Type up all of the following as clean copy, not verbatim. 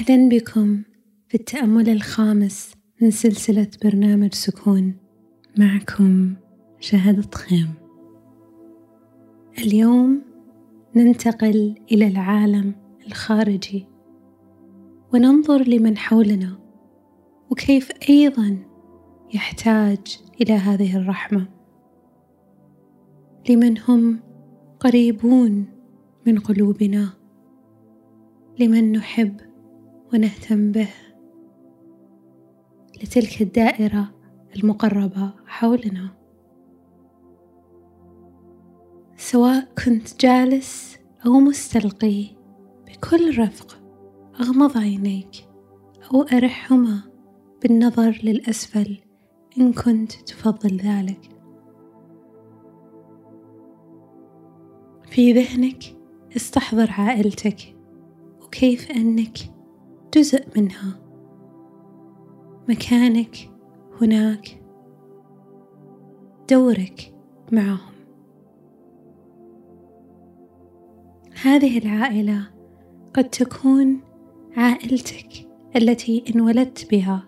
أهلا بكم في التأمل الخامس من سلسلة برنامج سكون. معكم شهد طخيم. اليوم ننتقل إلى العالم الخارجي وننظر لمن حولنا وكيف أيضا يحتاج إلى هذه الرحمة، لمن هم قريبون من قلوبنا، لمن نحب ونهتم به، لتلك الدائرة المقربة حولنا. سواء كنت جالس أو مستلقي، بكل رفق أغمض عينيك أو أرحهما بالنظر للأسفل إن كنت تفضل ذلك. في ذهنك استحضر عائلتك وكيف أنك جزء منها، مكانك هناك، دورك معهم. هذه العائلة قد تكون عائلتك التي انولدت بها،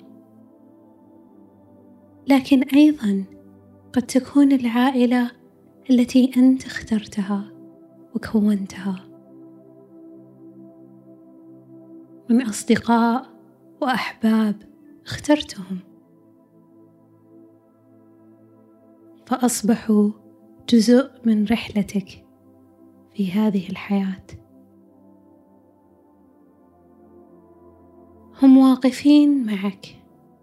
لكن أيضا قد تكون العائلة التي أنت اخترتها وكونتها من أصدقاء وأحباب اخترتهم، فأصبحوا جزء من رحلتك في هذه الحياة. هم واقفين معك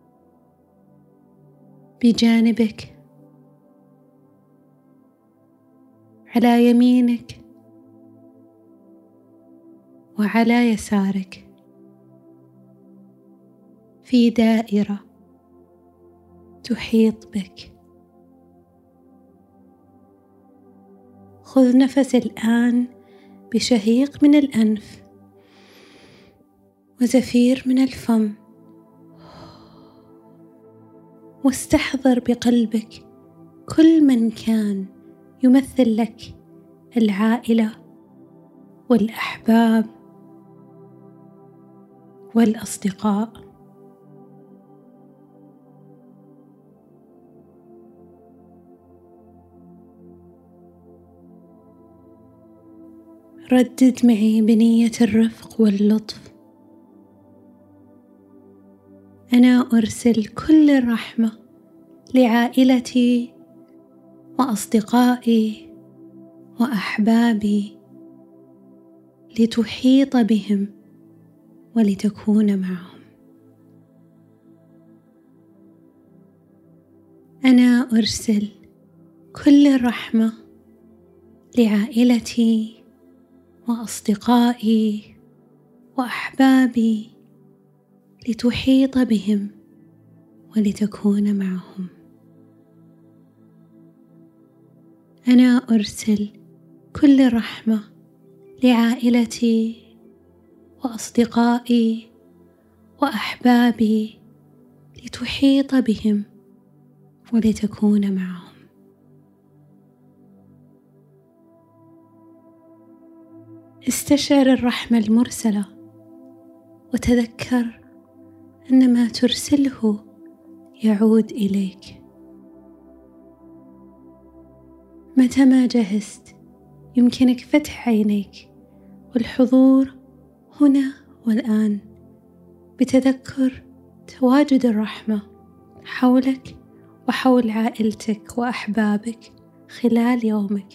بجانبك، على يمينك وعلى يسارك، في دائرة تحيط بك. خذ نفس الآن بشهيق من الأنف وزفير من الفم، واستحضر بقلبك كل من كان يمثل لك العائلة والأحباب والأصدقاء. ردد معي بنية الرفق واللطف: أنا أرسل كل الرحمة لعائلتي وأصدقائي وأحبابي لتحيط بهم ولتكون معهم. أنا أرسل كل الرحمة لعائلتي وأصدقائي وأحبابي لتحيط بهم ولتكون معهم. أنا أرسل كل الرحمة لعائلتي وأصدقائي وأحبابي لتحيط بهم ولتكون معهم. استشعر الرحمة المرسلة وتذكر أن ما ترسله يعود إليك. متى ما جهزت يمكنك فتح عينيك والحضور هنا والآن، بتذكر تواجد الرحمة حولك وحول عائلتك وأحبابك خلال يومك.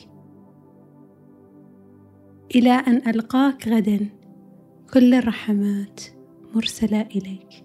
إلى أن ألقاك غدا، كل الرحمات مرسلة إليك.